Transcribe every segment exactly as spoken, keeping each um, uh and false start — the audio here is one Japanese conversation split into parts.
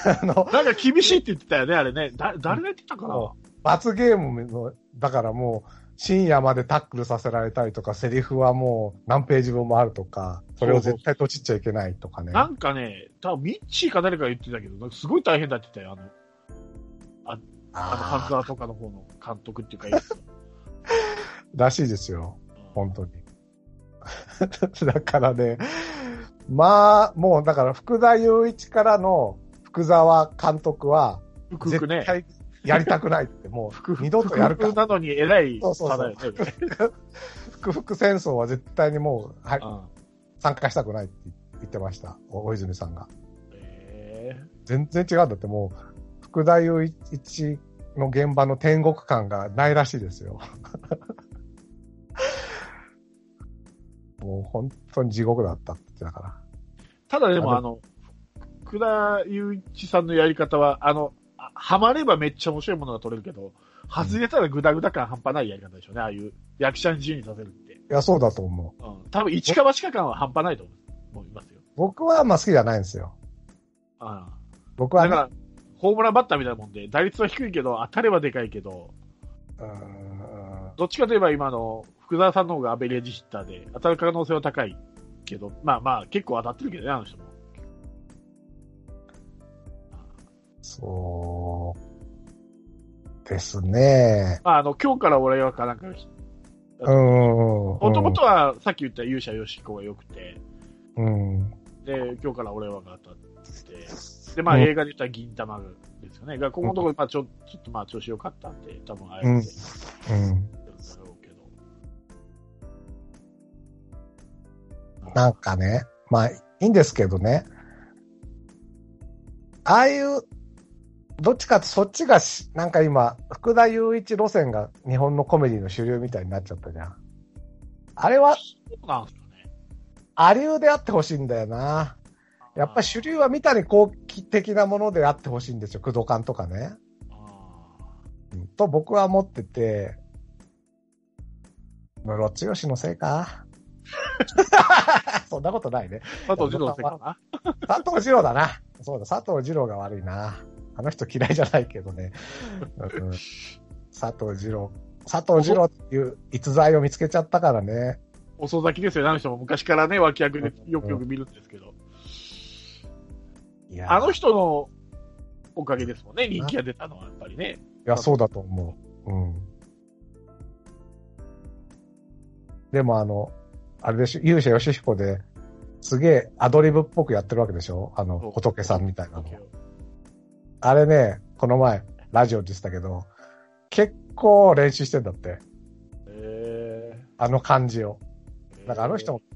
あの、 なんか厳しいって言ってたよね、あれね。だ、誰が言ってたかな。 罰ゲームの、だからもう、深夜までタックルさせられたりとか、セリフはもう何ページ分もあるとか、それを絶対とちっちゃいけないとかね。 なんかね、多分ミッチーか誰かが言ってたけど、なんかすごい大変だって言ったよ、あの、あ、あの、ハンザーとかの方の監督っていうか、 らしいですよ。本当に。だからね、まあ、もうだから福田雄一からの福沢監督は、絶対やりたくないって、もう二度とやるか。 福なのに偉い差だよね。福福戦争は絶対にもう、はい、参加したくないって言ってました。大泉さんが。 えー、 全然違うんだって、もう、福田雄一の現場の天国感がないらしいですよ。もう本当に地獄だったって言ってたから。 ただでもあの、福田雄一さんのやり方は、あの、ハマればめっちゃ面白いものが撮れるけど、外れたらグダグダ感半端ないやり方でしょうね、ああいう役者に自由にさせるって。いや、そうだと思う。 うん。多分一か八か感は半端ないと思いますよ。 僕はあんま好きじゃないんですよ。 ああ。 僕は、ね、 だから、ホームランバッターみたいなもんで、打率は低いけど、当たればでかいけど、 うーんどっちかといえば今の福沢さんの方がアベレージヒッターで、当たる可能性は高いけど、まあまあ結構当たってるけどね、あの人も。 そうですね。 まああの、今日から俺はかなんか、 うん。 もともとはさっき言った勇者よしこが良くて、 うん。 で、今日から俺はが当たって、で、まあ映画で言ったら銀玉ですよね。が、ここのところ、まあちょ、ちょっとまあ調子良かったんで、多分あえて、うん。うん。 なんかね、まあいいんですけどね。ああいう、どっちかってそっちがなんか今、福田雄一路線が日本のコメディの主流みたいになっちゃったじゃん。あれは、 そうなんですよね。 アリューであってほしいんだよな。やっぱ主流は三谷幸喜的なものであってほしいんですよ。工藤館とかね。うん、と僕は思ってて、ムロツヨシのせいかそんなことないね。 佐藤二郎のせいかな。 佐藤二郎だな。そうだ、佐藤二郎が悪いな。あの人嫌いじゃないけどね。うん、佐藤二郎。佐藤二郎っていう逸材を見つけちゃったからね。 遅咲きですよね。あの人も昔からね、脇役でよくよく見るんですけど。いやあの人のおかげですもんね、人気が出たのはやっぱりね。 いや、そうだと思う。うん。でもあの、あれでしょ、勇者ヨシヒコですげえアドリブっぽくやってるわけでしょ、あの、仏さんみたいなの。あれね、この前、ラジオで言ってたけど、結構練習してんだって。 へー。 あの感じを。だからあの人も、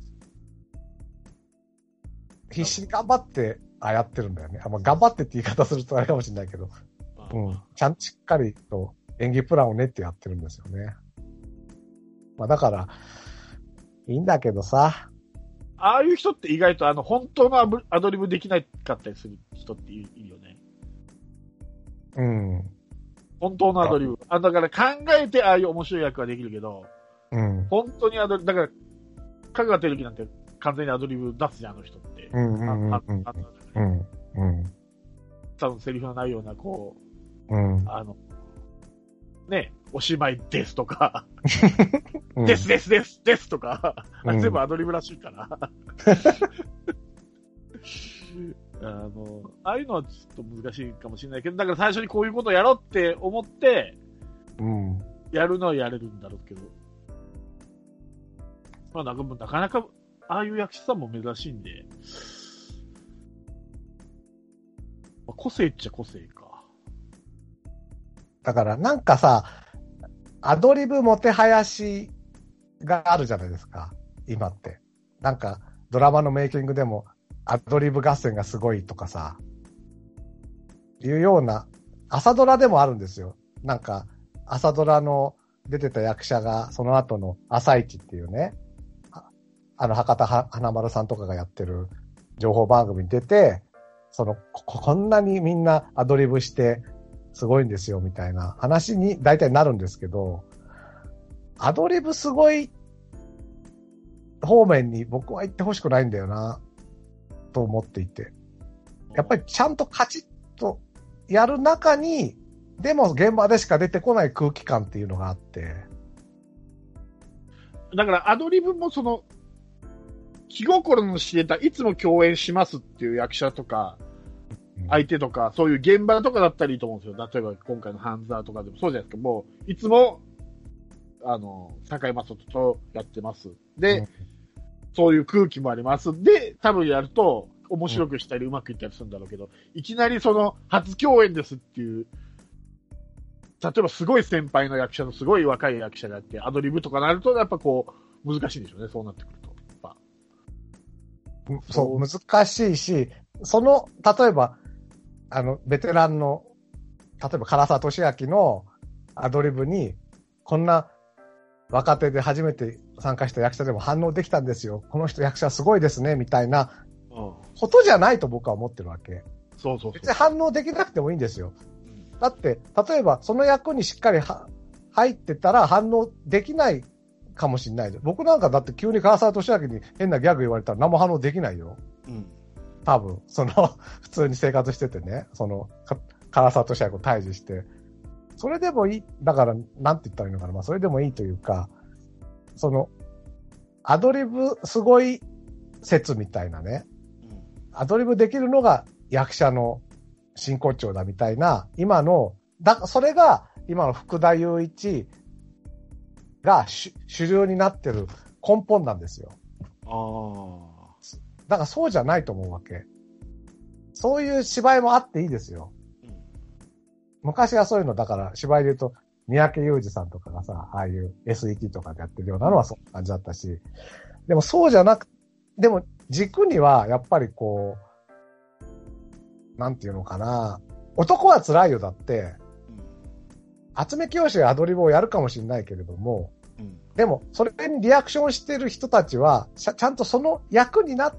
必死に頑張って、あ、やってるんだよね。あ、まあ、頑張ってって言い方するとあれかもしれないけど、うん。ちゃんとしっかりと演技プランを練ってやってるんですよね。まあだから、いいんだけどさ。 ああいう人って意外とあの、本当のアドリブできなかったりする人っているよね。 うん。 本当のアドリブ。あ、だから考えてああいう面白い役はできるけど、 うん。 本当にアドリブ、だから、香川照之なんて完全にアドリブ出すじゃん、あの人って。 うんうんうんうん。うん。うん。 多分セリフのないような、こう、うん。 あの、ね、おしまいですとか、うん、ですですですですとか、うん、全部アドリブらしいから。あの、ああいうのはちょっと難しいかもしれないけど、だから最初にこういうことをやろうって思って、 うん、 やるのはやれるんだろうけど、まあなんかなかなか、ああいう役者さんも珍しいんで、まあ、個性っちゃ個性か。 だからなんかさ、アドリブもてはやしがあるじゃないですか、今って。なんかドラマのメイキングでもアドリブ合戦がすごいとかさ、いうような、朝ドラでもあるんですよ。なんか朝ドラの出てた役者がその後の朝一っていうね、あの博多華丸さんとかがやってる情報番組に出て、その こ, こんなにみんなアドリブしてすごいんですよみたいな話に大体なるんですけど、アドリブすごい方面に僕は行ってほしくないんだよなと思っていて、やっぱりちゃんとカチッとやる中に、でも現場でしか出てこない空気感っていうのがあって。 だからアドリブもその、気心の知れた、いつも共演しますっていう役者とか、相手とか、そういう現場とかだったらいいと思うんですよ。例えば今回のハンザーとかでもそうじゃないですか。もう、いつも、あの、坂井雅人とやってます。で、うん、そういう空気もあります。で、多分やると、面白くしたり、うまくいったりするんだろうけど、いきなりその、初共演ですっていう、例えばすごい先輩の役者のすごい若い役者がやって、アドリブとかなると、やっぱこう、難しいんでしょうね。そうなってくると。やっぱそう、難しいし、その、例えば、あの、ベテランの、例えば唐沢寿明のアドリブに、こんな若手で初めて参加した役者でも反応できたんですよ。この人役者すごいですね、みたいなことじゃないと僕は思ってるわけ。 そうそうそう。 別に反応できなくてもいいんですよ。だって、例えばその役にしっかりは入ってたら反応できないかもしれない。僕なんかだって急に唐沢寿明に変なギャグ言われたら何も反応できないよ。うん。多分、その、普通に生活しててね、その、唐沢寿明を退治して、それでもいい、だから、なんて言ったらいいのかな、まあ、それでもいいというか、その、アドリブすごい説みたいなね、アドリブできるのが役者の真骨頂だみたいな、今の、だ、それが、今の福田雄一が主流になってる根本なんですよ。ああ。だからそうじゃないと思うわけ。そういう芝居もあっていいですよ。うん、昔はそういうの、だから芝居で言うと、三宅裕二さんとかがさ、ああいう エスイーティー とかでやってるようなのはそんな感じだったし、でもそうじゃなく、でも軸にはやっぱりこう、なんていうのかな、男は辛いよだって、渥美清がアドリブをやるかもしれないけれども、うん、でも、それにリアクションしてる人たちは、ちゃんとその役になって、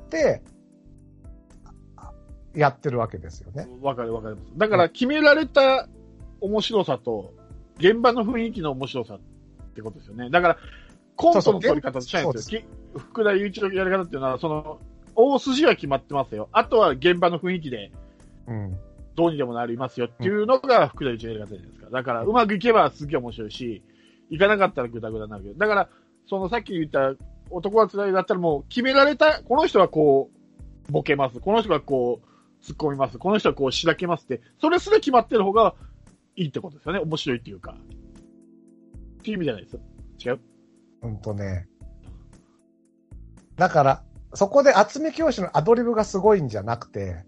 やってるわけですよね。 わかるわかります。だから、決められた面白さと、現場の雰囲気の面白さってことですよね。だから、コントの取り方と違うんですよ。福田雄一のやり方っていうのは、その、大筋は決まってますよ。あとは現場の雰囲気で、うん、どうにでもなりますよっていうのが福田雄一のやり方じゃないですか。だから、うまくいけばすげえ面白いし、いかなかったらグダグダになるけど。だから、そのさっき言った男は辛いだったらもう決められた、この人はこう、ボケます。この人がこう、突っ込みます。この人はこう、しらけますって、それすら決まってる方がいいってことですよね。面白いっていうか。っていう意味じゃないですよ。違う？ うんとね。だから、そこで渥美清のアドリブがすごいんじゃなくて、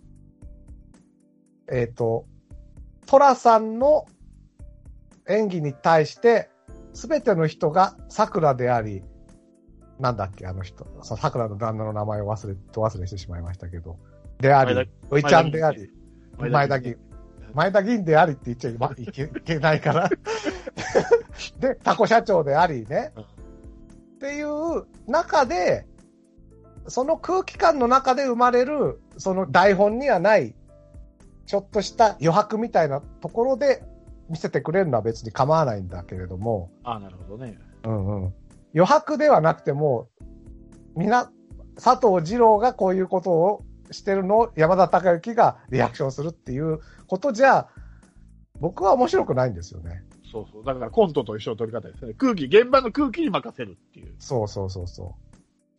えっと、寅さんの演技に対して、すべての人が桜であり、なんだっけ、あの人、その桜の旦那の名前を忘れ、と忘れしてしまいましたけど、であり、おいちゃんであり、前田銀、前田銀でありって言っちゃいけ、いけないから。で、タコ社長でありね、っていう中で、その空気感の中で生まれる、その台本にはない、ちょっとした余白みたいなところで、見せてくれるのは別に構わないんだけれども。 ああ、なるほどね。 うんうん。余白ではなくても、みな、佐藤二郎がこういうことをしてるのを山田孝之がリアクションするっていうことじゃ、僕は面白くないんですよね。 そうそう。だからコントと一緒の取り方ですね。空気、現場の空気に任せるっていう。 そうそうそうそう。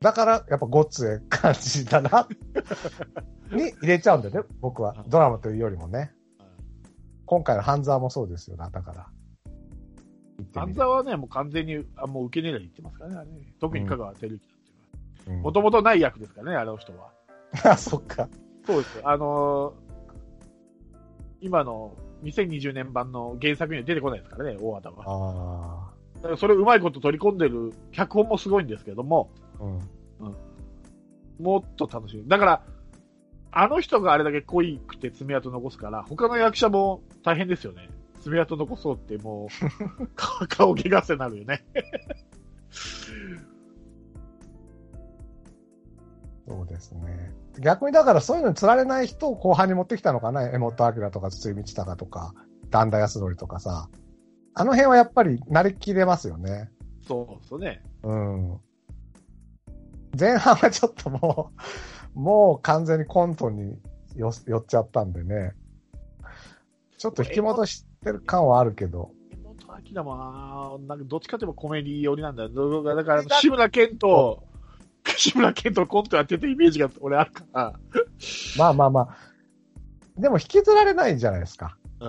だから、やっぱごっつえ感じだな、に入れちゃうんだよね、僕は。ドラマというよりもね。今回の半沢もそうですよな、だから。 半沢はね、もう完全に、あ、もう受け狙いに行ってますからね、あれね。特に香川照之だっていうのは。もともとない役ですからね、あの人は。 あ、そっか。 そうですよ。あのー、今のにせんにじゅうねん版の原作には出てこないですからね、大和田は。ああ。だからそれをうまいこと取り込んでる脚本もすごいんですけども、うんうん、もっと楽しい。だから、あの人があれだけ濃いくて爪痕残すから、他の役者も大変ですよね。爪痕残そうってもう、顔怪我せなるよね。 そうですね。逆にだからそういうのに釣られない人を後半に持ってきたのかな。江本明とか筒井道隆とか、段田康則とかさ。あの辺はやっぱりなりきれますよね。 そうですね。 うん。前半はちょっともう、もう完全にコントに寄っちゃったんでね。 ちょっと引き戻してる感はあるけど。 江本明も、なんかどっちかというとコメディ寄りなんだよ。だから、志村けんと、志村けんとコントやってるイメージが俺あるから。 まあまあまあ。でも引きずられないんじゃないですか。 うん。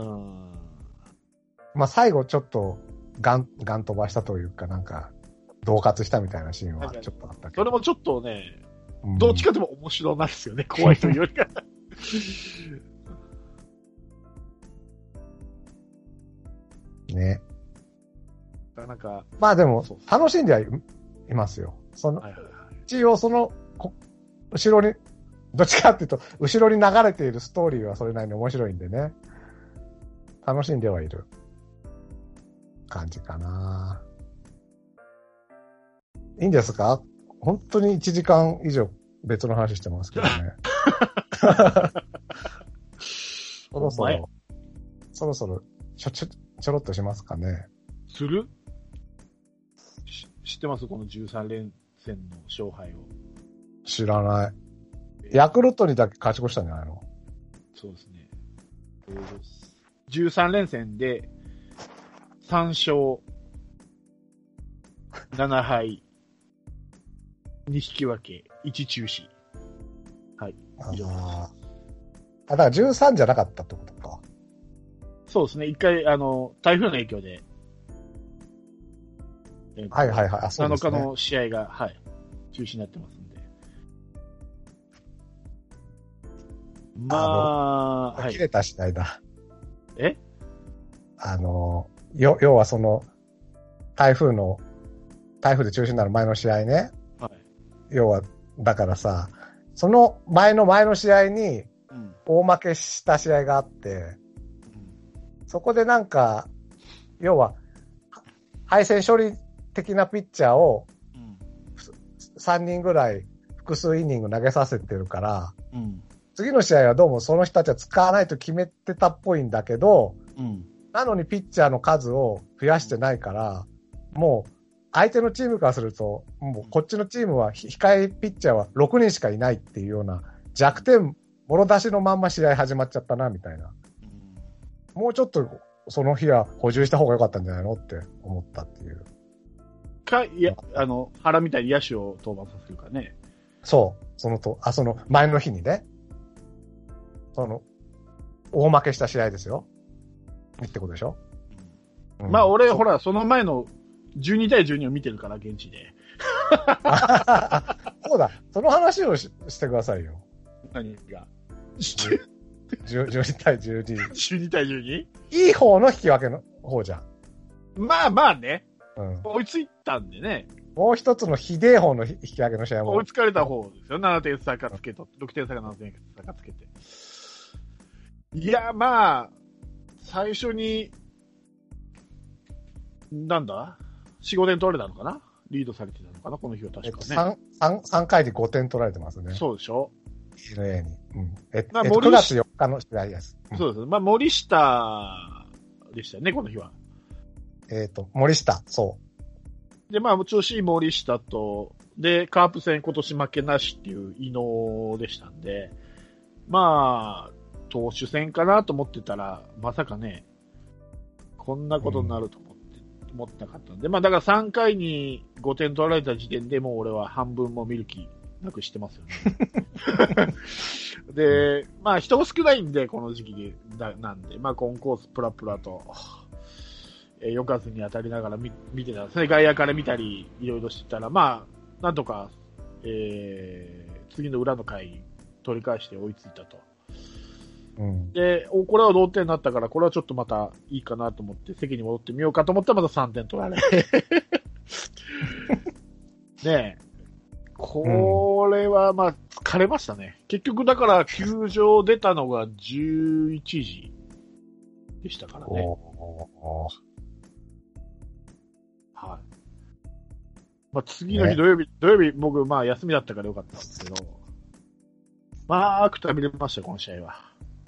まあ最後ちょっとガン、ガン飛ばしたというか、なんか、恫喝したみたいなシーンはちょっとあったけど。 それもちょっとね、うん、どっちかでも面白なんですよね、怖い人よりか。 ね。 なんか。 まあでも、楽しんではいますよ。その、はいはいはい、一応その、後ろに、どっちかっていうと、後ろに流れているストーリーはそれなりに面白いんでね。楽しんではいる感じかな。いいんですか？本当にいちじかん以上別の話してますけどね。そろそろ、そろそろちょ、ちょ、ちょろっとしますかね。 する？知ってます？このじゅうさん連戦の勝敗を。 知らない。ヤクルトにだけ勝ち越したんじゃないの？ そうですね。じゅうさん連戦でさん勝なな敗に引き分けいち中止。はい。以上です。 ああ、だからじゅうさんじゃなかったってことか。 そうですね。一回、あの、台風の影響で。 えー、はいはいはい。あ、そうですね。 なのかの試合が、はい、中止になってますんで。まあ、 はい。切れた試合だ。 え？ あの、よ、要はその、台風の、台風で中止になる前の試合ね。 はい。 要は、だからさ、その前の前の試合に、大負けした試合があって、うん、そこでなんか、要は、敗戦処理的なピッチャーを、さんにんぐらい複数イニング投げさせてるから、うん、次の試合はどうもその人たちは使わないと決めてたっぽいんだけど、うん、なのにピッチャーの数を増やしてないから、もう相手のチームからすると、もうこっちのチームは控えピッチャーはろくにんしかいないっていうような弱点、もろ出しのまんま試合始まっちゃったな、みたいな。うん、もうちょっとその日は補充した方が良かったんじゃないのって思ったっていう。 か、いや、あの、原みたいに野手を登板させるかね。 そう。そのと、あ、その前の日にね。その、大負けした試合ですよ。ってことでしょ、 うん、まあ俺、ほら、その前のじゅうにたいじゅうにを見てるから、現地で。 そうだ、その話を し, してくださいよ。 何がじゅうにたいじゅうに。 じゅうにたいじゅうに? いい方の引き分けの方じゃん。 まあまあね。 うん、 追いついたんでね。 もう一つのひでえ方の引き分けの試合も。 追いつかれた方ですよ。ななてん差かつけと、ろくてん差かななてん差かつけて。いや、まあ、最初に、なんだ ?よん、ごてん取られたのかな、リードされてたのかなこの日は確かね。 さん、さん、さんかいでごてん取られてますね。 そうでしょディーエヌエー に。うん。え、 まあ、 えっと、くがつよっかの試合です。 うん、そうです。まあ、森下でしたよね、この日は。 えっと、森下、そう。 で、まあ、調子いい森下と、で、カープ戦今年負けなしっていう異能でしたんで、まあ、投手戦かなと思ってたら、まさかね、こんなことになると思って、うん、思ってなかったんで、まあだからさんかいにごてん取られた時点でもう俺は半分も見る気なくしてますよね。で、まあ人が少ないんで、この時期で、だなんで、まあコンコースプラプラと、えー、よかずに当たりながら見見てたんですね。外野から見たり、いろいろしてたら、まあ、なんとか、えー、次の裏の回取り返して追いついたと。うん、で、お、これは同点になったから、これはちょっとまたいいかなと思って、席に戻ってみようかと思ったらまたさんてん取られ。ねえ。これは、まあ、疲れましたね。結局、だから、球場出たのがじゅういちじでしたからね。はい。まあ、次の日土曜日、ね、土曜日僕、まあ、休みだったからよかったんですけど、まあ、くたびれましたよ、この試合は。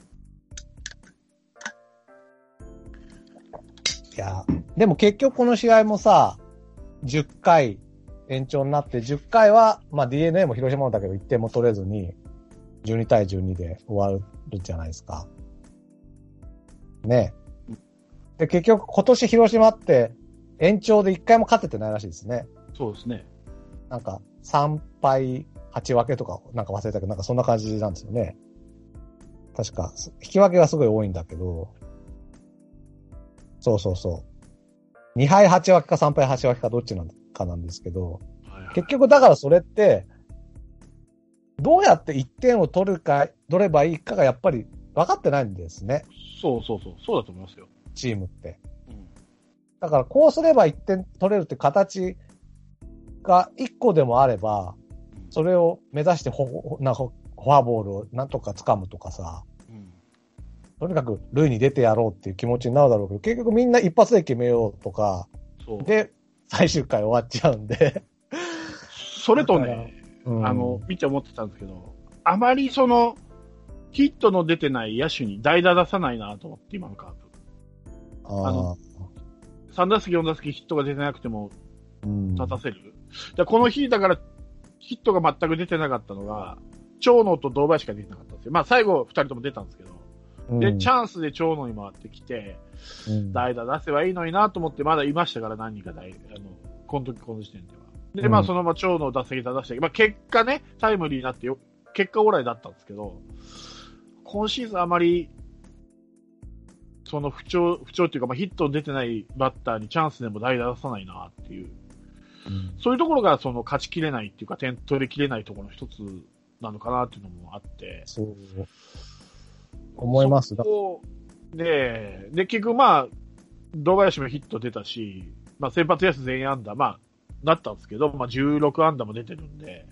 いや、でも結局この試合もさ、じゅっかい延長になって、じゅっかいは、まあ ディーエヌエー も広島だけどいってんも取れずに、じゅうにたいじゅうにで終わるじゃないですか。 ね。で、結局今年広島って延長で一回も勝ててないらしいですね。 そうですね。 なんかさんぱいはち分けとかなんか忘れたけど、なんかそんな感じなんですよね。確か、引き分けがすごい多いんだけど、そうそうそう。にはいはち分けかさんぱいはち分けかどっちなのかなんですけど、はいはい、結局だからそれって、どうやっていってんを取るか、取ればいいかがやっぱり分かってないんですね。 そうそうそう。そうだと思いますよ。 チームって。うん、だからこうすればいってん取れるって形がいっこでもあれば、それを目指してフォ、なんかフォアボールをなんとか掴むとかさ、うん、とにかく塁に出てやろうっていう気持ちになるだろうけど、結局みんな一発で決めようとか、で、最終回終わっちゃうんで。 それとね、うん、あの、見て思ってたんですけど、あまりその、ヒットの出てない野手に代打出さないなと思って、今のカープ。あの、さん打席よん打席ヒットが出てなくても、立たせる。うん、この日、だから、ヒットが全く出てなかったのが、長野と堂林しか出てなかったんですよ。まあ最後ふたりとも出たんですけど、うん、で、チャンスで長野に回ってきて、うん、代打出せばいいのになと思ってまだいましたから、何人か代、あの、この時この時点では。で、まあそのまま長野を打席出して、まあ結果ね、タイムリーになってよ、結果オーライだったんですけど、今シーズンあまり、その不調、不調っていうか、まあヒット出てないバッターにチャンスでも代打出さないなっていう。うん、そういうところがその勝ちきれないっていうか点取りきれないところの一つなのかなっていうのもあって。 そう。思います。 で、で、結局まあ、堂林もヒット出たし、まあ先発野手全員安打、まあ、なったんですけど、まあじゅうろく安打も出てるんで、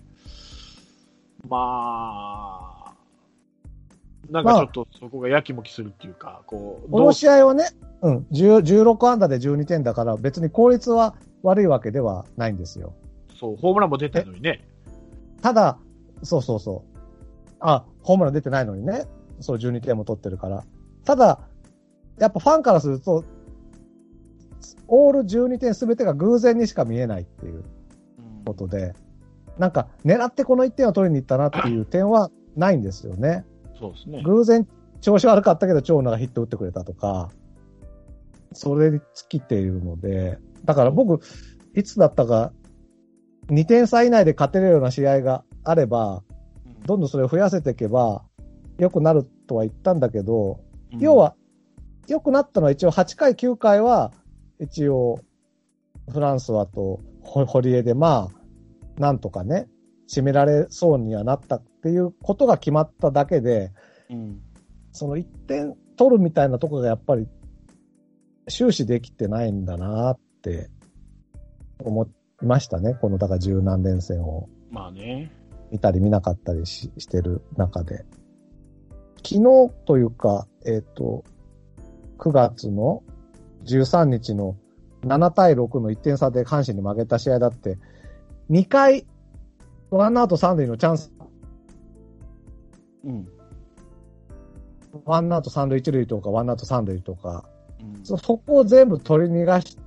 まあ、なんかちょっとそこがやきもきするっていうか、まあ、こう。 この試合はね、うん、じゅうろく安打でじゅうにてんだから別に効率は悪いわけではないんですよ。 そう、ホームランも出てるのにね。 ただ、そうそうそう。あ、ホームラン出てないのにね。そう、じゅうにてんも取ってるから。ただ、やっぱファンからすると、オールじゅうにてんすべてが偶然にしか見えないっていうことで、うん、なんか狙ってこのいってんを取りに行ったなっていう点はないんですよね。 そうですね。 偶然調子悪かったけど長野がヒット打ってくれたとか、それに尽きているので、だから僕、いつだったか、にてん差以内で勝てるような試合があれば、どんどんそれを増やせていけば、良くなるとは言ったんだけど、うん、要は、良くなったのは一応はちかい、きゅうかいは、一応、フランスはと、堀江でまあ、なんとかね、締められそうにはなったっていうことが決まっただけで、うん、そのいってん取るみたいなところがやっぱり、終始できてないんだなって思いましたね。このだから十何連戦を。 まあね。 見たり見なかったり し, してる中で。昨日というか、えっと、くがつのじゅうさんにちのななたいろくのいってん差で阪神に負けた試合だって、にかいワンアウト三塁のチャンス。うん。ワンアウト三塁一塁とかワンアウト三塁とか、うん、そ, そこを全部取り逃がして、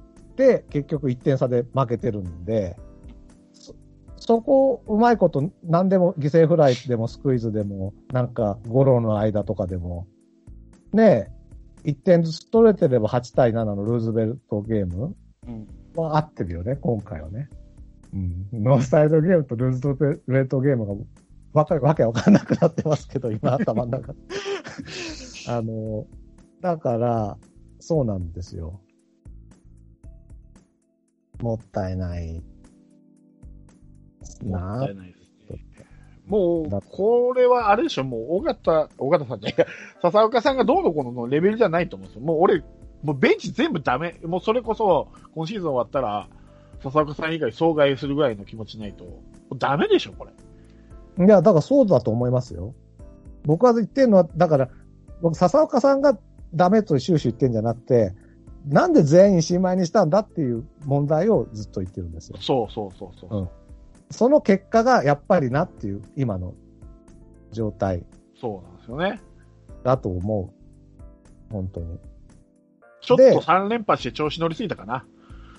結局いってん差で負けてるんで、そ, そこをうまいこと何でも犠牲フライでもスクイズでも、なんかゴロの間とかでも、ねえ、いってんずつ取れてればはちたいななのルーズベルトゲームは合ってるよね、今回はね。うん、ノーサイドゲームとルーズベルトゲームがわかわけわかんなくなってますけど、今頭の中。あの、だから、そうなんですよ。もったいないな。 もったいないですね。もう、これはあれでしょ、もう、尾形、尾形さんじゃないか、笹岡さんがどうのこうのレベルじゃないと思うんですよ。もう俺、もうベンチ全部ダメ。もうそれこそ、今シーズン終わったら、笹岡さん以外総外するぐらいの気持ちないと、ダメでしょ、これ。 いや、だからそうだと思いますよ。僕は言ってるのは、だから、僕、笹岡さんがダメと終始言ってるんじゃなくて、なんで全員新米にしたんだっていう問題をずっと言ってるんですよ。 そうそうそうそう、うん。 その結果がやっぱりなっていう、今の状態。 そうなんですよね。 だと思う。本当に。 ちょっとさん連覇して調子乗りすぎたかな。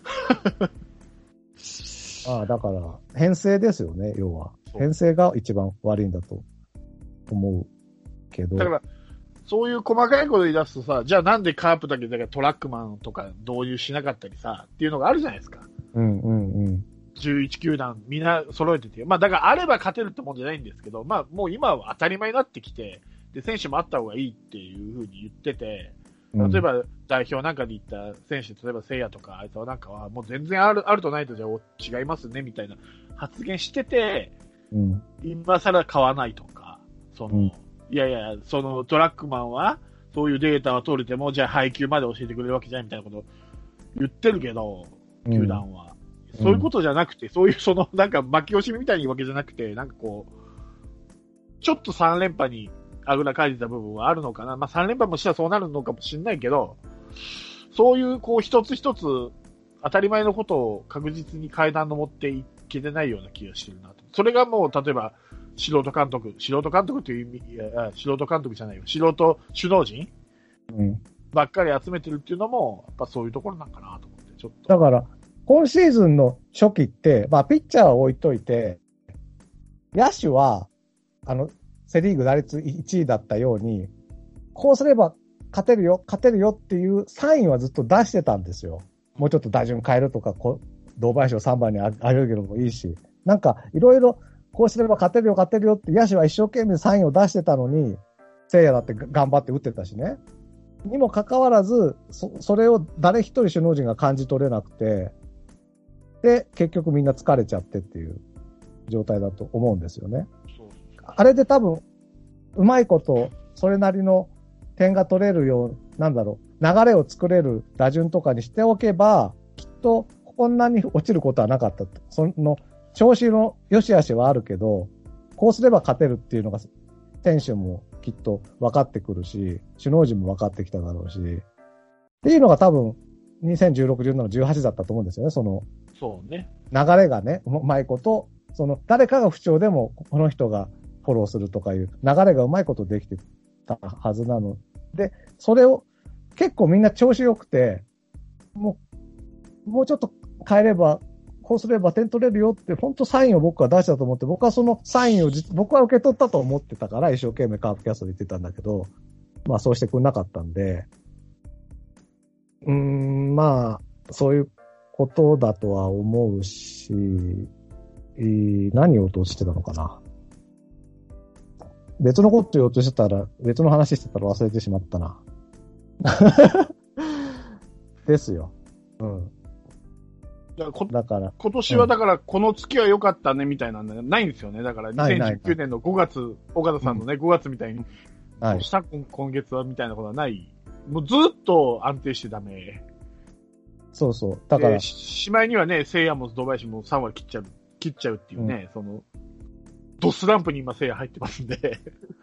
ああ、だから、編成ですよね、要は。編成が一番悪いんだと思うけど。 だから、 そういう細かいこと言い出すとさ、じゃあなんでカープだけだからトラックマンとか導入しなかったりさ、っていうのがあるじゃないですか。 うんうんうん。 じゅういち球団みんな揃えてて。まあだからあれば勝てるってもんじゃないんですけど、まあもう今は当たり前になってきて、で、選手もあった方がいいっていうふうに言ってて、例えば代表なんかで言った選手、例えば聖夜とかあいつはなんかはもう全然ある、あるとないとじゃ違いますねみたいな発言してて、 うん、 今更買わないとか、その、うん、いやいや、そのトラックマンはそういうデータは取れても、じゃあ配球まで教えてくれるわけじゃないみたいなこと言ってるけど、球団は。うん、そういうことじゃなくて、そういうそのなんか負け惜しみみたいに言うわけじゃなくて、なんかこう、ちょっとさん連覇にあぐらかいてた部分はあるのかな。まあさん連覇もしたらそうなるのかもしれないけど、そういうこう一つ一つ当たり前のことを確実に階段登っていけてないような気がしてるなと。それがもう例えば素人監督、素人監督という意味、いや素人監督じゃないよ。素人首脳陣、うん、ばっかり集めてるっていうのも、やっぱそういうところなんかなと思って、ちょっと。 だから、今シーズンの初期って、まあピッチャーは置いといて、野手は、あの、セリーグ打率いちいだったように、こうすれば勝てるよ、勝てるよっていうサインはずっと出してたんですよ。もうちょっと打順変えるとか、こう堂林をさんばんに上げるのもいいし、なんかいろいろこうすれば勝てるよ、勝てるよって野手は一生懸命サインを出してたのに、聖夜だって頑張って打ってたしね。にもかかわらず、そ、それを誰一人首脳陣が感じ取れなくて、で、結局みんな疲れちゃってっていう状態だと思うんですよね。あれで多分、うまいこと、それなりの点が取れるよう、なんだろう、流れを作れる打順とかにしておけば、きっとこんなに落ちることはなかった。その、調子の良し悪しはあるけど、こうすれば勝てるっていうのが、選手もきっと分かってくるし、首脳陣も分かってきただろうし、っていうのが多分、にせんじゅうろく、じゅうなな、じゅうはちだったと思うんですよね、その、 そうね。 流れがね、うまいこと、その、誰かが不調でも、この人がフォローするとかいう流れがうまいことできてたはずなので、それを結構みんな調子良くて、もう、もうちょっと変えれば、こうすれば点取れるよって、本当サインを僕は出したと思って、僕はそのサインを僕は受け取ったと思ってたから、一生懸命カープキャストで言ってたんだけど、まあそうしてくれなかったんで、うーん、まあ、そういうことだとは思うし、えー、何を落としてたのかな。別のこと言おうとしてたら、別の話してたら忘れてしまったな。ですよ。うん。 だから、 だから今年はだからこの月は良かったねみたいなのないんですよね。だからにせんじゅうきゅうねんのごがつ、岡田さんのね、うん、ごがつみたいに、はい、した今月はみたいなことはない。もうずっと安定してダメ。 そうそう。だから。 しまいにはね、聖夜も堂林もさん割切っちゃう、切っちゃうっていうね、うん、その、ドスランプに今聖夜入ってますんで。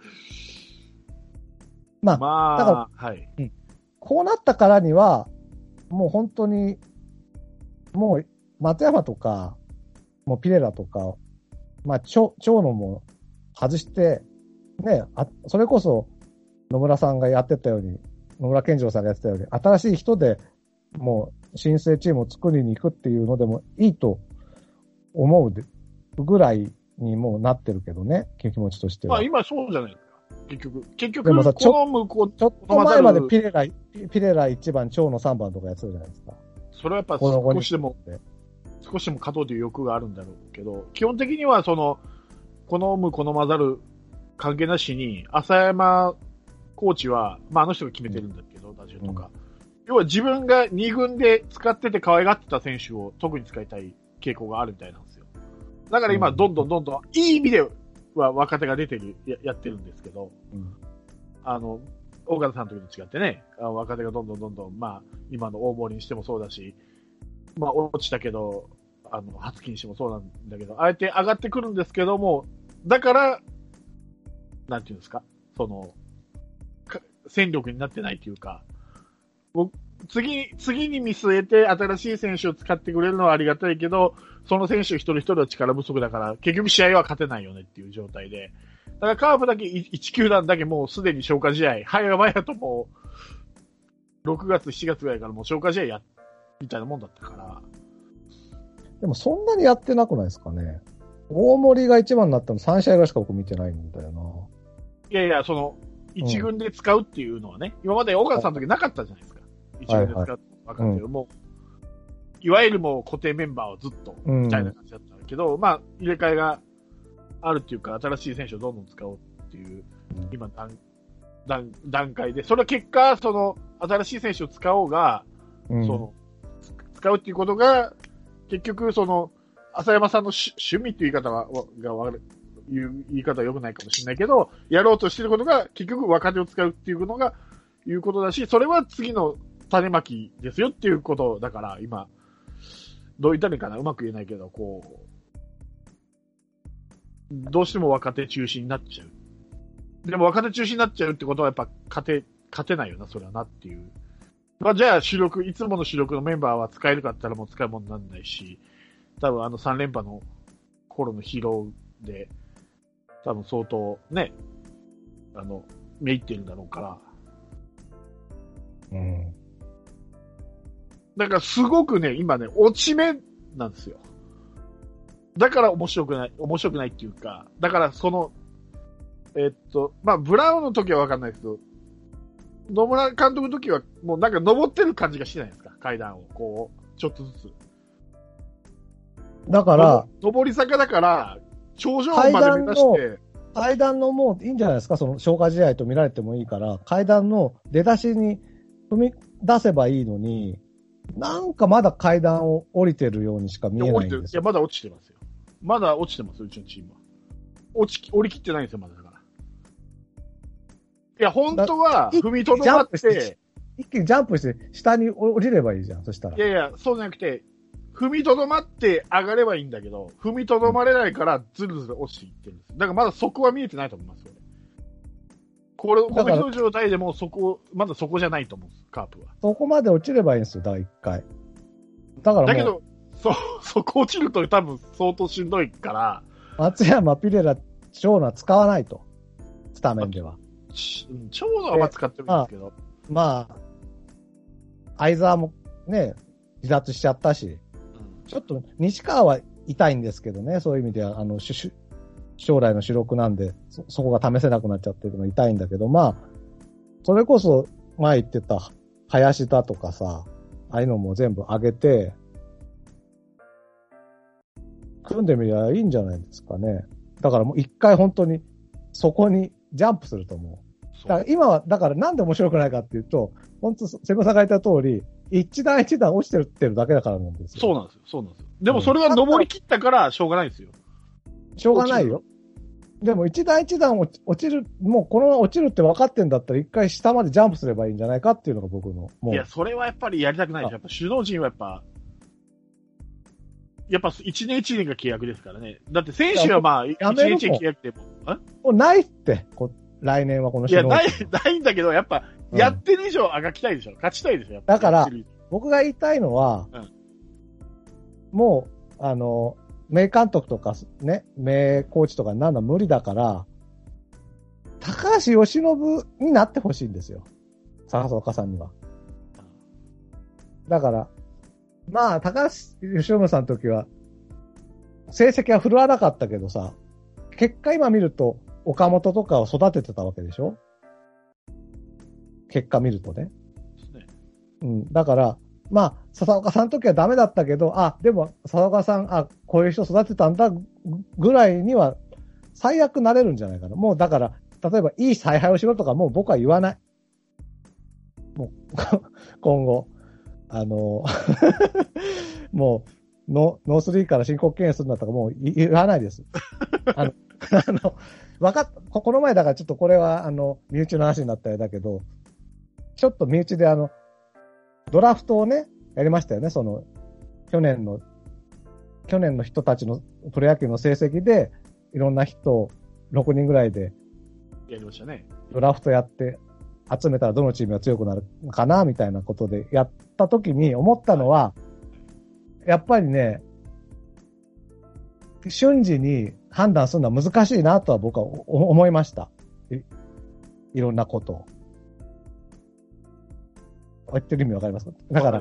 まあ、 まあ、 だから、はい、うん。こうなったからには、もう本当に、もう、松山とか、もうピレラとか、まあ、長野も外して、ね、あ、それこそ野村さんがやってたように、野村健次郎さんがやってたように、新しい人でもう新生チームを作りに行くっていうのでもいいと思うぐらいにもうなってるけどね、気持ちとしては。 まあ今そうじゃないですか。結局。結局、 でもさ、ちょ、 この向こうちょっと前までピレラ、ピレラいちばん、長野さんばんとかやってたじゃないですか。 それはやっぱ少しでも、少しでも勝とうという欲があるんだろうけど、基本的にはその、このむ、この混ざる関係なしに、浅山コーチは、まああの人が決めてるんだけど、打順とか。うん、要は自分がに軍で使ってて可愛がってた選手を特に使いたい傾向があるみたいなんですよ。だから今、どんどんどんどん、いい意味では若手が出てる、や, やってるんですけど、うん、あの、岡田さんというのと違ってね、あの若手がどんどんどんどん、まあ、今の大森にしてもそうだし、まあ、落ちたけど、あの、初期にしてもそうなんだけど、あえて上がってくるんですけども、だから、なんていうんですか、その、戦力になってないというか、次、次に見据えて新しい選手を使ってくれるのはありがたいけど、その選手一人一人は力不足だから、結局試合は勝てないよねっていう状態で。だからカープだけいち球団だけもうすでに消化試合、早々ともう、ろくがつ、しちがつぐらいからもう消化試合や、みたいなもんだったから。 でもそんなにやってなくないですかね。大森が一番になったのさん試合ぐらいしか僕見てないんだよな。 いやいや、その、 一軍で使うっていうのはね、今まで岡田さんの時なかったじゃないですか。一軍で使うって分かってる、はいはい、もう、いわゆるもう固定メンバーをずっと、みたいな感じだったけど、うん、まあ、入れ替えがあるっていうか、新しい選手をどんどん使おうっていう、今段、段、段階で、その結果、その、新しい選手を使おうが、うん、その、使うっていうことが、結局、その、浅山さんの趣味っていう言い方は、が悪い、いう言い方は良くないかもしれないけど、やろうとしてることが、結局若手を使うっていうのが、いうことだし、それは次の種まきですよっていうことだから、今、どう言ったらいいかな、うまく言えないけど、こう、どうしても若手中心になっちゃう。でも若手中心になっちゃうってことはやっぱ勝て、勝てないよな、それはなっていう。まあじゃあ主力、いつもの主力のメンバーは使えるかって言ったらもう使うもんにならないし、多分あのさん連覇の頃の疲労で、多分相当ね、あの、めいってるんだろうから。 うん。 だからすごくね、今ね、落ち目なんですよ。だから面白くない、面白くないっていうか、だからその、えっと、まあ、ブラウンの時はわかんないですけど、野村監督の時はもうなんか登ってる感じがしてないですか、階段を。こう、ちょっとずつ。 だから、 上り坂だから、頂上まで目指して。 階段のもういいんじゃないですか、その消化試合と見られてもいいから、階段の出だしに踏み出せばいいのに、なんかまだ階段を降りてるようにしか見えないんですよ。 いや、まだ落ちてますよ。まだ落ちてます、うちのチームは。落ち、降りきってないんですよ、まだだから。いや、本当は、踏みとどまって、 一気にジャンプして、下に降りればいいじゃん、そしたら。 いやいや、そうじゃなくて、踏みとどまって上がればいいんだけど、踏みとどまれないからずるずる落ちていってるんです。だからまだそこは見えてないと思いますよね。これ、この状態でもそこ、まだそこじゃないと思うんです、カープは。 そこまで落ちればいいんですよ、だから一回。だからもう。 だけど、そ、そこ落ちると多分相当しんどいから。 松山、ピレラ、長野は使わないと。スタメンでは。 長野はまあ使ってるんですけど。 まあ、相沢もね、離脱しちゃったし。ちょっと西川は痛いんですけどね、そういう意味では、あの、将来の主力なんで、そ、そこが試せなくなっちゃってるのが痛いんだけど、まあ、それこそ前言ってた林だとかさ、ああいうのも全部上げて、組んでみりゃいいんじゃないですかね。だからもう一回本当にそこにジャンプすると思う。だから今は、だからなんで面白くないかっていうと、本当、瀬古さんが言った通り、一段一段落ちてるってるだけだからなんですよ。 そうなんですよ。そうなんですよ。でもそれが登り切ったからしょうがないんですよ。 しょうがないよ。でも一段一段落ちる、もうこのまま落ちるって分かってんだったら一回下までジャンプすればいいんじゃないかっていうのが僕の。もういや、それはやっぱりやりたくないです。やっぱ首脳陣はやっぱ、やっぱ一年一年が契約ですからね。だって選手はまあ、一年一年契約でも。 もうないって、こ来年はこの首脳陣。いや、ない、ないんだけど、やっぱ、やってる以上上がきたいでしょ。勝ちたいでしょ。やっぱだから、僕が言いたいのは、うん、もう、あの、名監督とかね、名コーチとかになるのは無理だから、高橋由伸になってほしいんですよ。笹岡さんには。だから、まあ、高橋由伸さんの時は、成績は振るわなかったけどさ、結果今見ると、岡本とかを育ててたわけでしょ？結果見るとね。うん。だから、まあ、笹岡さんの時はダメだったけど、あ、でも、笹岡さん、あ、こういう人育てたんだ、ぐらいには、最悪なれるんじゃないかな。もう、だから、例えば、いい采配をしろとか、もう僕は言わない。もう、今後、あの、もう、ノースリーから申告敬遠するんだったらもう言わないです。あの、あの、わかっ、この前だからちょっとこれは、あの、身内の話になったようだけど、ちょっと身内であの、ドラフトをね、やりましたよね、その、去年の、去年の人たちのプロ野球の成績で、いろんな人をろくにんぐらいで、 やりましたね。 ドラフトやって、集めたらどのチームが強くなるかな、みたいなことでやった時に思ったのは、やっぱりね、瞬時に判断するのは難しいなとは僕は思いました。い, いろんなことを。言ってる意味わかりますか？だから、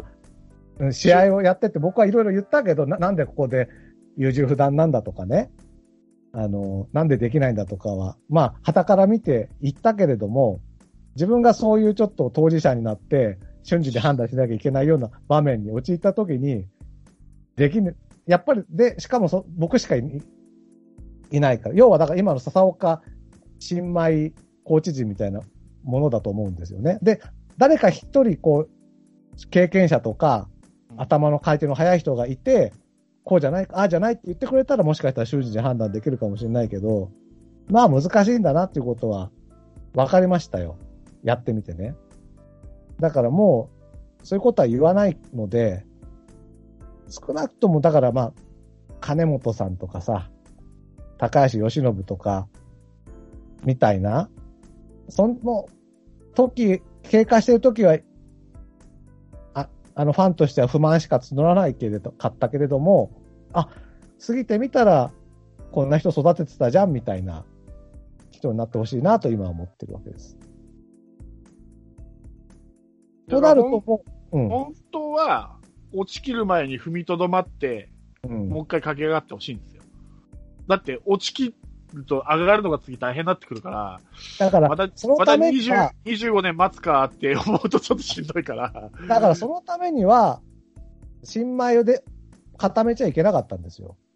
試合をやってて僕はいろいろ言ったけどな、なんでここで優柔不断なんだとかね。 あの、なんでできないんだとかは、まあ、傍から見て言ったけれども、自分がそういうちょっと当事者になって、瞬時で判断しなきゃいけないような場面に陥ったときに、できぬ、やっぱり、で、しかもそ僕しかい、いないから。要は、だから今の笹岡新米コーチ陣みたいなものだと思うんですよね。で、誰か一人、こう、経験者とか、頭の回転の速い人がいて、こうじゃない、ああじゃないって言ってくれたらもしかしたら瞬時に判断できるかもしれないけど、まあ難しいんだなっていうことは分かりましたよ。やってみてね。だからもう、そういうことは言わないので、少なくともだからまあ、金本さんとかさ、高橋由伸とか、みたいな、その時、経過してる時は、あ、あのファンとしては不満しか募らないけれど、かったけれども、あ、過ぎてみたら、こんな人育ててたじゃんみたいな人になってほしいなと今は思ってるわけです。となるともう、うん、 本当は、落ちきる前に踏みとどまって、うん、もう一回駆け上がってほしいんですよ。だって、落ちきると上がるのが次大変になってくるから、 だから、 また、 そのためにはまたにじゅうごねん待つかって思うとちょっとしんどいから。 だからそのためには、新米で固めちゃいけなかったんですよ。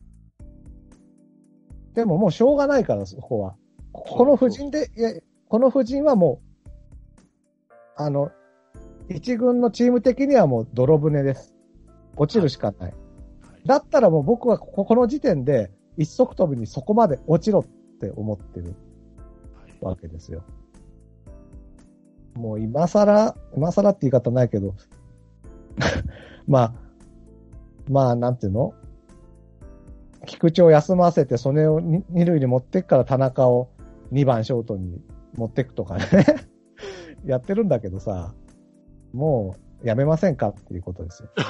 でももうしょうがないから、そこは。この布陣で、いや、この布陣はもう、あの、一軍のチーム的にはもう泥船です。落ちるしかない。はい、だったらもう僕はここの時点で一足飛びにそこまで落ちろって思ってるわけですよ。もう今更、今更って言い方ないけど、まあ、まあなんていうの？菊池を休ませてそれを二塁に持っていくから田中をにばんショートに持っていくとかね。やってるんだけどさ、もうやめませんかっていうことですよ。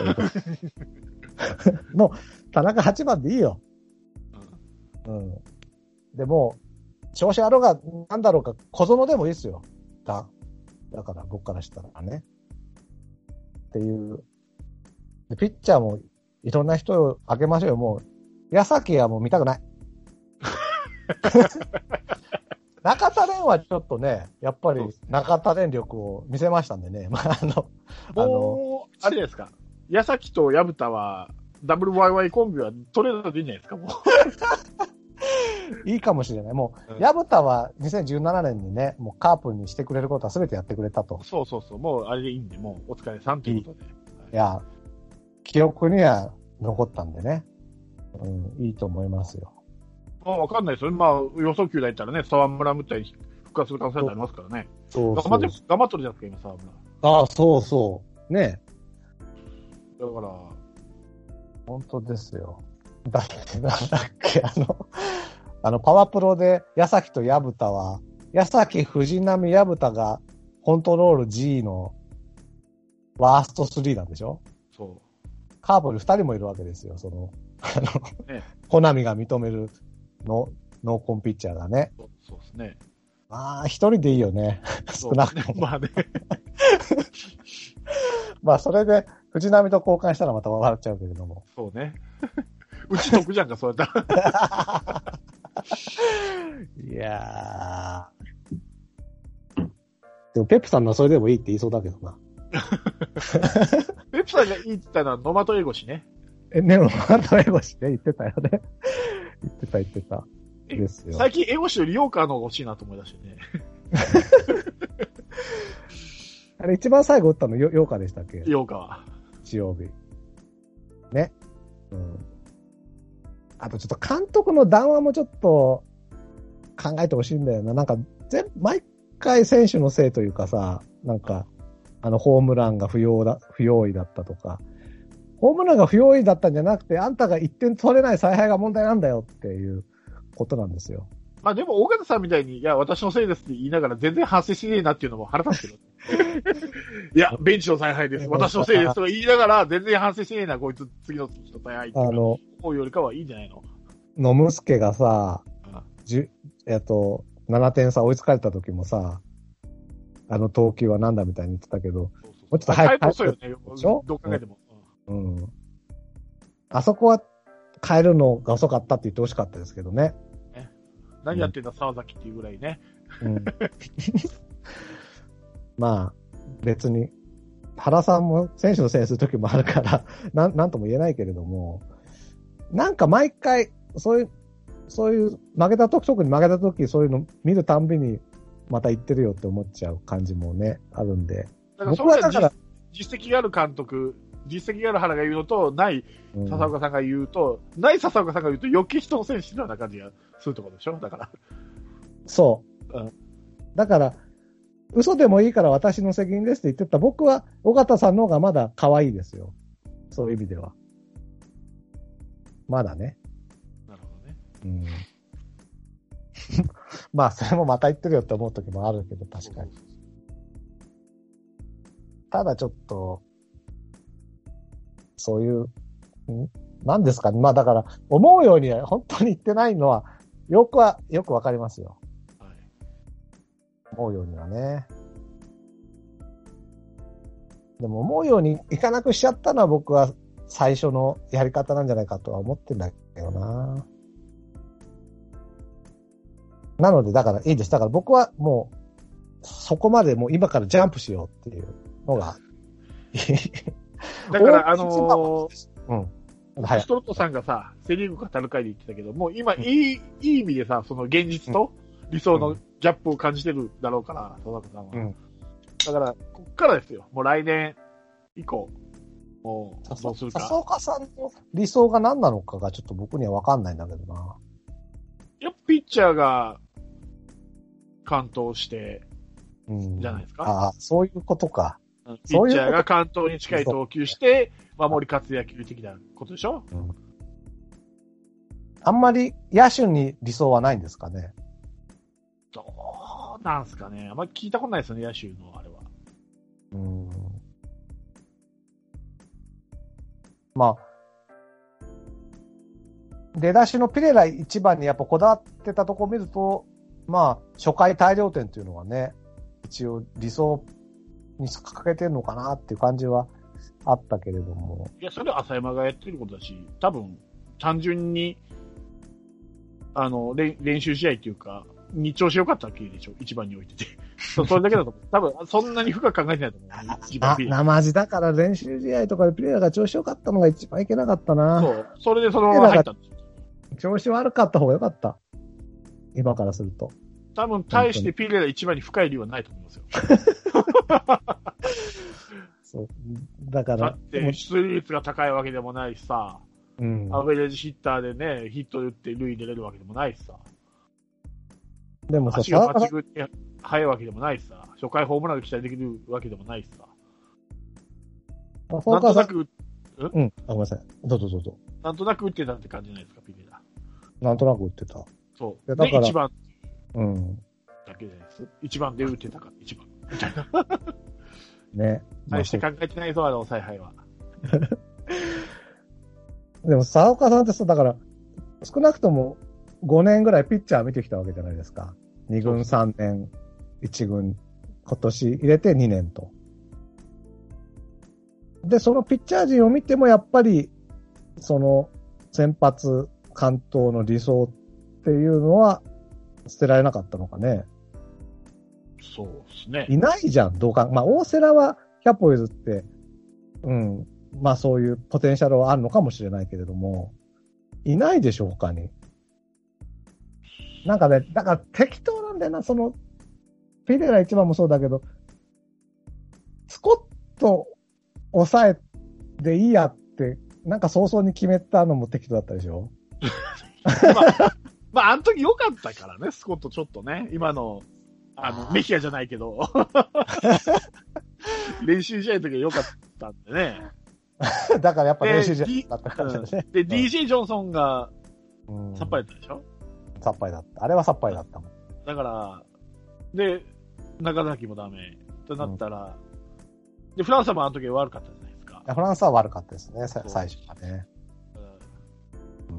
もう田中はちばんでいいよ。うん。でも、調子あろうがなんだろうか、小園でもいいですよ。だ。だから僕からしたらね。っていう。でピッチャーもいろんな人をあげましょうよ。もう、矢崎はもう見たくない。中田蓮はちょっとね、やっぱり中田蓮力を見せましたんでね。まあ、あの、 あの、あれですか。矢崎と矢蓋は、ダブルワイワイコンビはトレードでいいんじゃないですか、もう。いいかもしれない。もう、矢蓋はにせんじゅうななねんにね、もうカープにしてくれることは全てやってくれたと。 そうそうそう。もうあれでいいんで、もうお疲れさんということで。い, いや、記憶には残ったんでね。うん、いいと思いますよ。 あ、わかんないですよ。まあ、予想球だったらね、沢村みたいに復活する可能性がありますからね。そうそう。頑張って、頑張ってるじゃないですか、今、沢村。 ああ、そうそう。ね。 だから、 本当ですよ。だって、なんだっけ、あの、あの、パワープロで、矢崎と矢蓋は、矢崎、藤波、矢蓋が、コントロール G の、ワーストスリーなんでしょ？そう。カープにふたりもいるわけですよ、その、あの、ね、コナミが認めるの、ノーコンピッチャーがね。 そうそうですね。 まあ、一人でいいよね。少なくとも。 まあね。 まあ、それで、藤波と交換したらまた笑っちゃうけれども。 そうね。うち得じゃんか、そうやったら。 いやー。でも、ペップさんのはそれでもいいって言いそうだけどな。 ペップさんがいいって言ったのはノマトエゴシね。 え、ね、ノマトエゴシね、言ってたよね。言ってた言ってた。ですよ。 最近エゴシよりヨーカーの方が欲しいなと思い出してね。 あれ一番最後打ったのヨーカーでしたっけ？ ヨーカーは。 日曜日。ね。うん。あとちょっと監督の談話もちょっと考えてほしいんだよな。なんか、全、毎回選手のせいというかさ、なんか、あの、ホームランが不要だ、不用意だったとか、ホームランが不用意だったんじゃなくて、あんたがいってん取れない采配が問題なんだよっていうことなんですよ。 まあでも、大方さんみたいに、いや、私のせいですって言いながら全然反省しねえなっていうのも腹立つけど。いや、ベンチの采配です。私のせいですとか言いながら全然反省しねえな、こいつ次の人采配っていうか。あの、こうよりかはいいんじゃないの？ 野村助がさ、じゅ、えっと、ななてん差追いつかれた時もさ、あの投球はなんだみたいに言ってたけど、そうそうそう、もうちょっと早く。 遅いよね、どう考えても。 うん。あそこは、 変えるのが遅かったって言ってほしかったですけどね。 ね、何やってんだ、沢崎っていうぐらいね。 うん、まあ、別に、原さんも選手のせいにするときもあるからな、なんとも言えないけれども、なんか毎回、そういう、そういう、負けたとき、特に負けたとき、そういうの見るたんびに、また言ってるよって思っちゃう感じもね、あるんで。 だからそれはだから実績がある監督、実績がある原が言うのと、ない笹岡さんが言うと、うん、ない笹岡さんが言うと余計人のせいにしてるような感じがするところでしょだから。 そう。うん、だから、嘘でもいいから私の責任ですって言ってた僕は、尾形さんの方がまだ可愛いですよ。そういう意味では。まだね。 なるほどね。 うん。まあ、それもまた言ってるよって思う時もあるけど、確かに。ただちょっと、そういう、ん何ですかね。まあだから、思うように本当に言ってないのは、よくは、よくわかりますよ。はい。思うようにはね。でも思うようにいかなくしちゃったのは僕は最初のやり方なんじゃないかとは思ってんだけどな。なので、だからいいです。だから僕はもう、そこまでもう今からジャンプしようっていうのが。 だから、あのー、 うん。 はい、ストロットさんがさ、セリーグ語る会で言ってたけど、もう今、うん、いい、いい意味でさ、その現実と理想のギャップを感じてるだろうから、戸坂さんは。うん、だから、こっからですよ。もう来年以降、もう、どうするか。 笹岡さんの理想が何なのかがちょっと僕には分かんないんだけどな。 やっぱピッチャーが、完投して、じゃないですか。 ああ、そういうことか。 ピッチャーが完投に近い投球して、守り勝つ野球的なことでしょ、うん、 あんまり野手に理想はないんですかね。 どうなんすかね。あんまり聞いたことないですよね、野手のあれは。 うん。まあ、出だしのピレラ一番にやっぱこだわってたところを見ると、まあ、初回大量点っていうのはね、一応理想に掲げてるのかなっていう感じはあったけれども。 いや、それは浅山がやってることだし、多分、単純に、あの、練習試合っていうか、に調子良かったわけでしょ、一番に置いてて。それだけだと思う。多分、そんなに深く考えてないと思う。一番ピレラ。 生地だから練習試合とかでピレラが調子良かったのが一番いけなかったな。 そう。それでそのまま入ったんですよ。 調子悪かった方が良かった。今からすると。 多分、対してピレラ一番に深い理由はないと思いますよ。 そう。だから。 だって、出塁率が高いわけでもないしさ、うん、アベレージヒッターでね、ヒット打って塁に出れるわけでもないしさ。でもさ、足が抜群に速いわけでもないしさ、初回ホームランが期待できるわけでもないしさ。 なんとなく、うん、うん、あ、ごめんなさい。どうぞどうぞ。 なんとなく打ってたって感じじゃないですか、ピレラ。 なんとなく打ってた。 そう。だから、一番。 うん。 だけじゃないです。一番で打ってたから、一番。みたいな。 ね。 大して考えてないぞ、あの、采配は。 でも、沢岡さんってさ、だから、少なくともごねんぐらいピッチャー見てきたわけじゃないですか。に軍さんねん、いち軍、今年入れてにねんと。で、そのピッチャー陣を見ても、やっぱり、その、先発、完投の理想っていうのは、捨てられなかったのかね。 そうですね。 いないじゃん、どうか。まあ、大瀬良はひゃっぽ譲って、うん、まあそういうポテンシャルはあるのかもしれないけれども、いないでしょ、他に。なんかね、だから適当なんだよな、その、ピレラ一番もそうだけど、スコット抑えでいいやって、なんか早々に決めたのも適当だったでしょまあ、まあ、あの時良かったからね、スコットちょっとね、今の、あの、メヒアじゃないけど、練習試合の時は良かったんでね。 だからやっぱ練習試合だったからね。 で、ディージェー ジョンソンが、さっぱりだったでしょ、 さっぱりだった。あれはさっぱりだったもん。 だから、で、中崎もダメとなったら、うん、で、フランスもあの時悪かったじゃないですか。 フランスは悪かったですね、最初はね。 うん、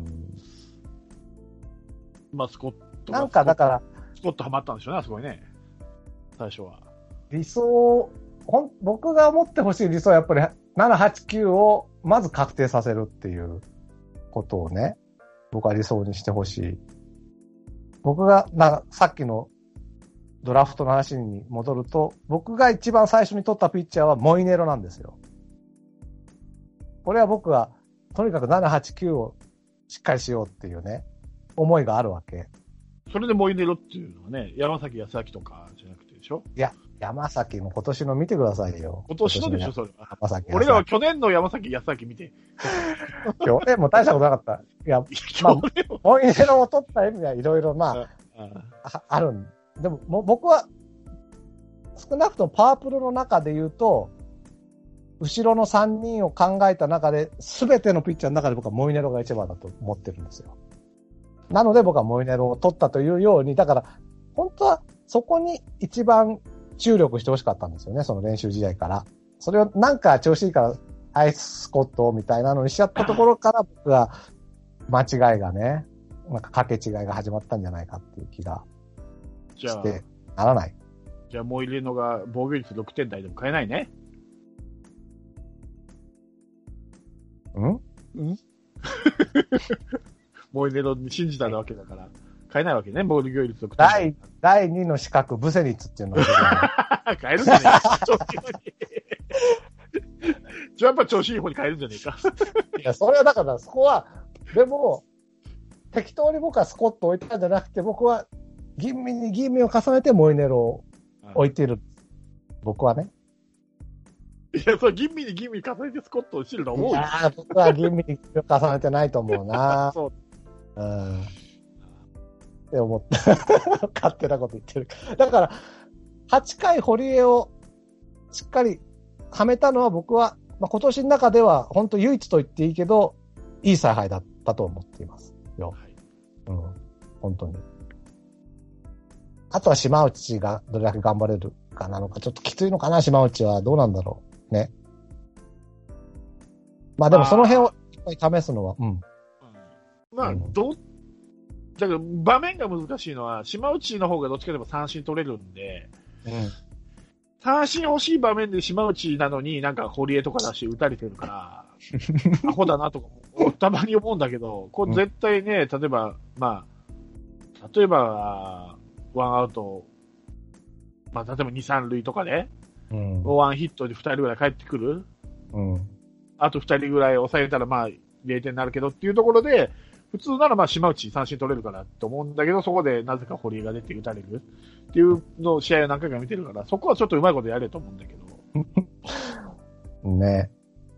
まあ、スコットなんかだから、 スコットハマったんでしょうね、すごいね。最初は。 理想、ほん、僕が思ってほしい理想はやっぱりなな、はち、きゅうをまず確定させるっていう。 ことをね、僕は理想にしてほしい。僕が、な、さっきのドラフトの話に戻ると、僕が一番最初に取ったピッチャーはモイネロなんですよ。これは僕は、とにかくなな、はち、きゅうをしっかりしようっていうね、思いがあるわけ。 それでモイネロっていうのはね、山崎康明とかじゃなくてでしょ？ いや、山崎も今年の見てくださいよ。 今年のでしょ、それは。 山崎。 俺らは去年の山崎康明見て。 去年も大したことなかった。いや、まあ、モイネロを取った意味はいろいろ、まあ、あ, あるんでも、も僕は、少なくともパープルの中で言うと、後ろのさんにんを考えた中で、すべてのピッチャーの中で僕はモイネロが一番だと思ってるんですよ。なので僕はモイネロを取ったというように、だから、本当はそこに一番注力してほしかったんですよね、その練習試合から。それをなんか調子いいから、アイススコットみたいなのにしちゃったところから僕は間違いがね、なんか掛け違いが始まったんじゃないかっていう気がして、ならない。 じゃあ、モイネロが防御率ろくてん台でも変えないね。 んんモイネロに信じたわけだから、変えないわけね、防御率ろくてん台。 第、第二の資格、ブセニッツっていうのが、 ね。変えるんじゃねえか。調子いい方に。じゃあやっぱ調子いい方に変えるんじゃねえか。 いや、それはだから、そこは、でも、適当に僕はスコット置いたんじゃなくて、僕は、吟味に吟味を重ねてモイネロを置いている。僕はね。 いや、それ吟味に吟味重ねてスコットをしてると思うよ。 ああ、僕は吟味に吟味を重ねてないと思うな。そう。うん。って思った。勝手なこと言ってる。だから、はちかい堀江をしっかりはめたのは僕は、まあ、今年の中では本当唯一と言っていいけど、いい采配だったと思っていますよ。はい、うん。本当に。あとは島内がどれだけ頑張れるかなのか、ちょっときついのかな、島内は。どうなんだろう。ね。まあでもその辺をいっぱい試すのは、うん。 まあ、ど、だから場面が難しいのは、島内の方がどっちかというと三振取れるんで、うん、三振欲しい場面で島内なのになんか堀江とか出して打たれてるから、アホだなとか、たまに思うんだけど、これ絶対ね、例えば、まあ、例えば、ワンアウト、まあ、例えばに、さん塁とかで、うん、ワンヒットでふたりぐらい帰ってくる、うん、あとふたりぐらい抑えたら、まあ、ゼロてんになるけどっていうところで、普通ならまあ島内三振取れるかなと思うんだけど、そこでなぜか堀江が出て打たれるっていうのを試合を何回か見てるから、そこはちょっとうまいことやれと思うんだけど。ね。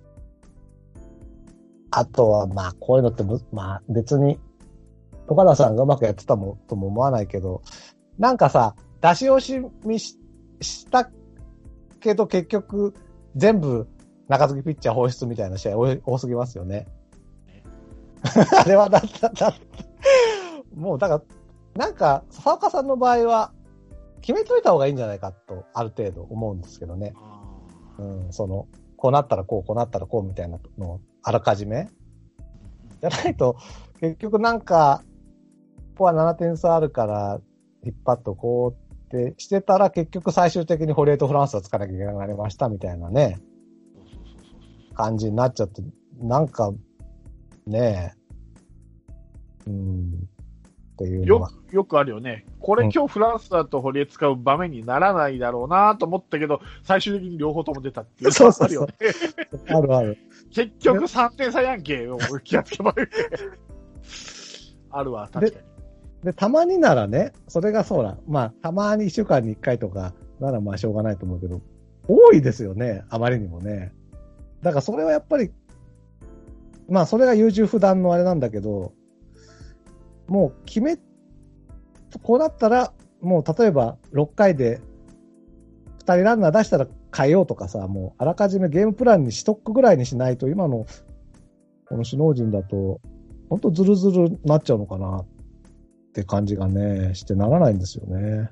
あとはまあこういうのってまあ別に岡田さんがうまくやってたもとも思わないけど、なんかさ、出し惜しみ し, したけど結局全部中継ぎピッチャー放出みたいな試合多すぎますよね。あれはだっただもうだからなんか笹岡さんの場合は決めといた方がいいんじゃないかとある程度思うんですけどね。うん、そのこうなったらこうこうなったらこうみたいなのをあらかじめじゃないと結局なんかここはななてん差あるから引っ張っとこうってしてたら結局最終的に堀江とフランスはつかなきゃいけなくなりましたみたいなね感じになっちゃってなんかねえ。うん。っていうのは。 よく、よくあるよね。これ、うん、今日フランスだと堀江使う場面にならないだろうなと思ったけど、最終的に両方とも出たっていう。 そうそうそう。あるある。 結局さんてん差やんけ、気がつけば。あるわ、確かに。 で、で、たまにならね、それがそうだ。まあ、たまにいっしゅうかんにいっかいとか、ならまあしょうがないと思うけど、多いですよね、あまりにもね。だからそれはやっぱり、まあ、それが優柔不断のあれなんだけど、もう決め、こうなったら、もう例えばろっかいでふたりランナー出したら変えようとかさ、もうあらかじめゲームプランにしとくぐらいにしないと、今のこの首脳陣だと、ほんとズルズルなっちゃうのかなって感じがね、してならないんですよね。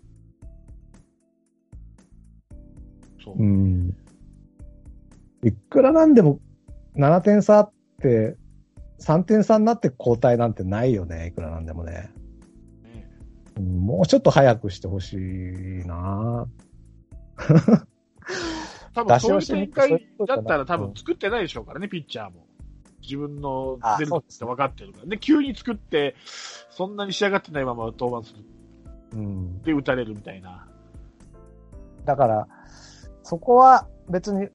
そう。うん。いくらなんでもななてん差ってさんてん差になって交代なんてないよね、いくらなんでもね。うん、もうちょっと早くしてほしいな多分そういう展開だったら多分作ってないでしょうからね、ピッチャーも。 自分のあ出るって分かってるから。で、急に作って、そんなに仕上がってないまま登板する。 うん。 で、打たれるみたいな。 だから、そこは別に